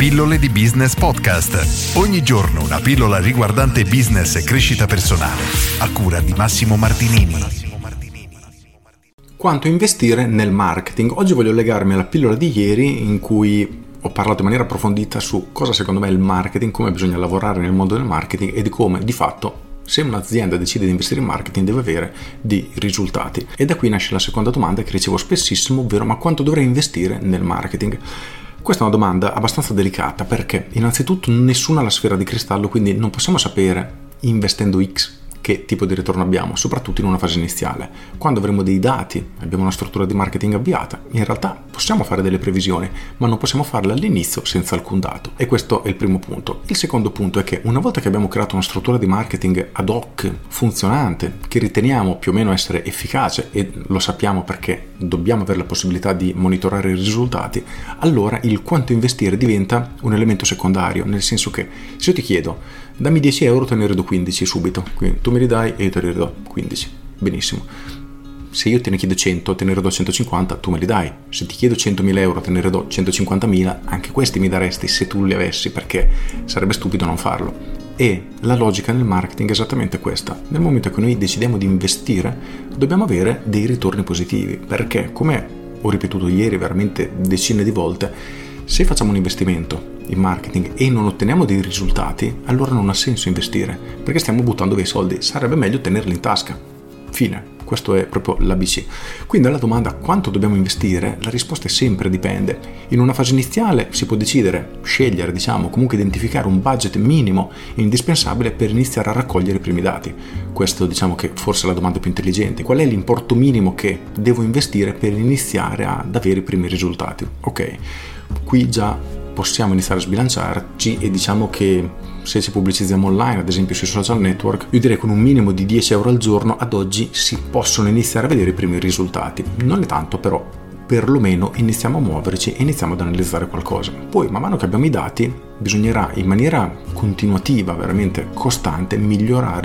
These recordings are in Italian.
Pillole di Business Podcast. Ogni giorno una pillola riguardante business e crescita personale. A cura di Massimo Martinini. Quanto investire nel marketing? Oggi voglio legarmi alla pillola di ieri in cui ho parlato in maniera approfondita su cosa secondo me è il marketing, come bisogna lavorare nel mondo del marketing e di come di fatto se un'azienda decide di investire in marketing deve avere dei risultati. E da qui nasce la seconda domanda che ricevo spessissimo, ovvero ma quanto dovrei investire nel marketing? Questa è una domanda abbastanza delicata perché innanzitutto nessuno ha la sfera di cristallo, quindi non possiamo sapere investendo X che tipo di ritorno abbiamo, soprattutto in una fase iniziale. Quando avremo dei dati, abbiamo una struttura di marketing avviata, in realtà possiamo fare delle previsioni, ma non possiamo farle all'inizio senza alcun dato. E questo è il primo punto. Il secondo punto è che una volta che abbiamo creato una struttura di marketing ad hoc, funzionante, che riteniamo più o meno essere efficace, e lo sappiamo perché dobbiamo avere la possibilità di monitorare i risultati, allora il quanto investire diventa un elemento secondario, nel senso che se io ti chiedo dammi 10 euro te ne ridò 15 subito, quindi tu me li dai e io te ne ridò 15, benissimo. Se io te ne chiedo 100 te ne ridò 150, tu me li dai. Se ti chiedo 100.000 euro te ne ridò 150.000, anche questi mi daresti se tu li avessi, perché sarebbe stupido non farlo. E la logica nel marketing è esattamente questa: nel momento che noi decidiamo di investire dobbiamo avere dei ritorni positivi, perché come ho ripetuto ieri veramente decine di volte, se facciamo un investimento in marketing e non otteniamo dei risultati, allora non ha senso investire, perché stiamo buttando via i soldi, sarebbe meglio tenerli in tasca. Fine, questo è proprio l'ABC. Quindi alla domanda quanto dobbiamo investire, la risposta è sempre dipende. In una fase iniziale si può decidere, scegliere, comunque identificare un budget minimo indispensabile per iniziare a raccogliere i primi dati. Questo che forse è la domanda più intelligente. Qual è l'importo minimo che devo investire per iniziare ad avere i primi risultati? Ok, qui già possiamo iniziare a sbilanciarci e che se ci pubblicizziamo online, ad esempio sui social network, io direi con un minimo di 10 euro al giorno ad oggi si possono iniziare a vedere i primi risultati. Non è tanto, però perlomeno iniziamo a muoverci e iniziamo ad analizzare qualcosa. Poi man mano che abbiamo i dati bisognerà in maniera continuativa, veramente costante, migliorare.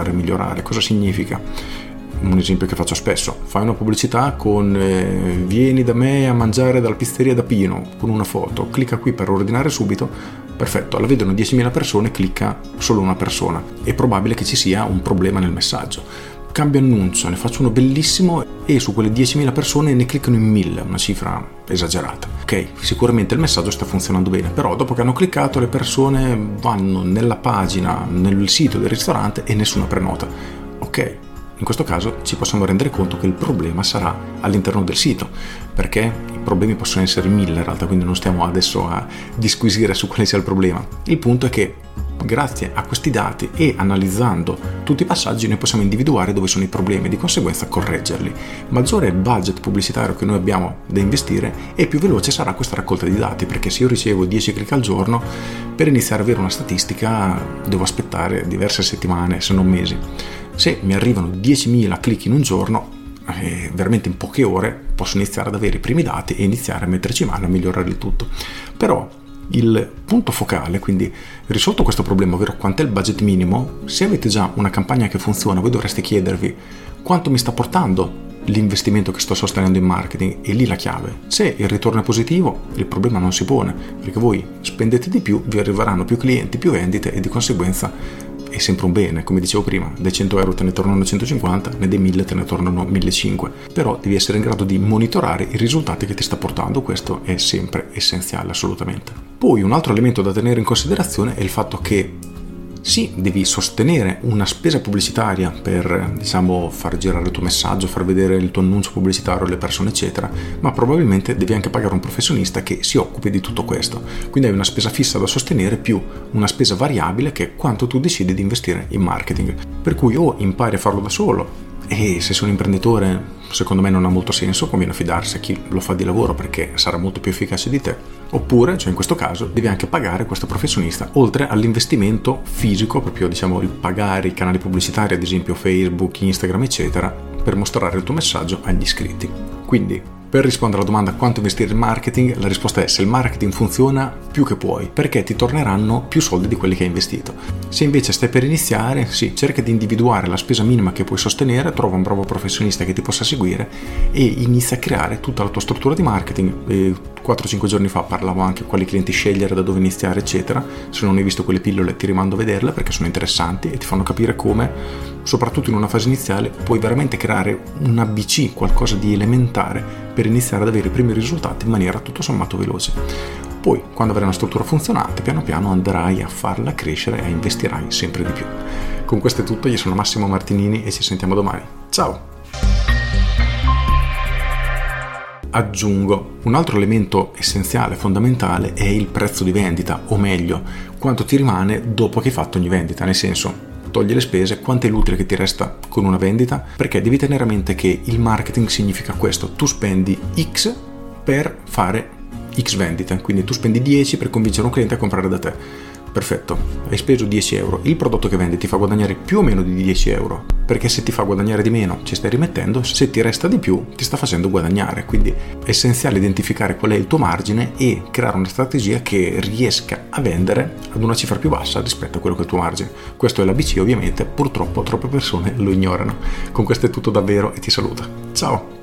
Cosa significa? Un esempio che faccio spesso: fai una pubblicità con vieni da me a mangiare dalla pizzeria da Pino, con una foto, clicca qui per ordinare subito, perfetto, la vedono 10.000 persone, clicca solo una persona, è probabile che ci sia un problema nel messaggio. Cambio annuncio, ne faccio uno bellissimo e su quelle 10.000 persone ne cliccano in 1.000, una cifra esagerata. Ok, sicuramente il messaggio sta funzionando bene, però dopo che hanno cliccato le persone vanno nella pagina, nel sito del ristorante e nessuna prenota. Ok, in questo caso ci possiamo rendere conto che il problema sarà all'interno del sito, perché i problemi possono essere 1.000 in realtà, quindi non stiamo adesso a disquisire su quale sia il problema. Il punto è che grazie a questi dati e analizzando tutti i passaggi noi possiamo individuare dove sono i problemi e di conseguenza correggerli. Maggiore è il budget pubblicitario che noi abbiamo da investire e più veloce sarà questa raccolta di dati, perché se io ricevo 10 click al giorno, per iniziare ad avere una statistica devo aspettare diverse settimane se non mesi. Se mi arrivano 10.000 click in un giorno, veramente in poche ore posso iniziare ad avere i primi dati e iniziare a metterci mano a migliorare il tutto. Però il punto focale, quindi risolto questo problema, ovvero quant'è il budget minimo, se avete già una campagna che funziona, voi dovreste chiedervi quanto mi sta portando l'investimento che sto sostenendo in marketing, e lì la chiave. Se il ritorno è positivo, il problema non si pone, perché voi spendete di più, vi arriveranno più clienti, più vendite e di conseguenza è sempre un bene. Come dicevo prima, dai 100 euro te ne tornano 150, ne dai 1.000 te ne tornano 1.500, però devi essere in grado di monitorare i risultati che ti sta portando, questo è sempre essenziale, assolutamente. Poi un altro elemento da tenere in considerazione è il fatto che sì, devi sostenere una spesa pubblicitaria per, far girare il tuo messaggio, far vedere il tuo annuncio pubblicitario alle persone, eccetera, ma probabilmente devi anche pagare un professionista che si occupi di tutto questo. Quindi hai una spesa fissa da sostenere più una spesa variabile che è quanto tu decidi di investire in marketing. Per cui o impari a farlo da solo, e se sei un imprenditore secondo me non ha molto senso, conviene affidarsi a chi lo fa di lavoro perché sarà molto più efficace di te, oppure, in questo caso, devi anche pagare questo professionista, oltre all'investimento fisico, proprio il pagare i canali pubblicitari, ad esempio Facebook, Instagram, eccetera, per mostrare il tuo messaggio agli iscritti. Quindi Per rispondere alla domanda quanto investire in marketing, la risposta è: se il marketing funziona, più che puoi, perché ti torneranno più soldi di quelli che hai investito. Se invece stai per iniziare, sì, cerca di individuare la spesa minima che puoi sostenere, trova un bravo professionista che ti possa seguire e inizia a creare tutta la tua struttura di marketing. 4-5 giorni fa parlavo anche quali clienti scegliere, da dove iniziare, eccetera. Se non hai visto quelle pillole ti rimando a vederle perché sono interessanti e ti fanno capire come, soprattutto in una fase iniziale, puoi veramente creare un ABC, qualcosa di elementare per iniziare ad avere i primi risultati in maniera tutto sommato veloce. Poi, quando avrai una struttura funzionante, piano piano andrai a farla crescere e investirai sempre di più. Con questo è tutto, io sono Massimo Martinini e ci sentiamo domani. Ciao! Aggiungo, un altro elemento essenziale, fondamentale, è il prezzo di vendita, o meglio, quanto ti rimane dopo che hai fatto ogni vendita, nel senso, togli le spese, quanto è l'utile che ti resta con una vendita, perché devi tenere a mente che il marketing significa questo: tu spendi X per fare X vendite, quindi tu spendi 10 per convincere un cliente a comprare da te. Perfetto, hai speso 10 euro, il prodotto che vendi ti fa guadagnare più o meno di 10 euro, perché se ti fa guadagnare di meno ci stai rimettendo, se ti resta di più ti sta facendo guadagnare, quindi è essenziale identificare qual è il tuo margine e creare una strategia che riesca a vendere ad una cifra più bassa rispetto a quello che è il tuo margine. Questo è l'ABC, ovviamente, purtroppo troppe persone lo ignorano. Con questo è tutto davvero e ti saluto. Ciao!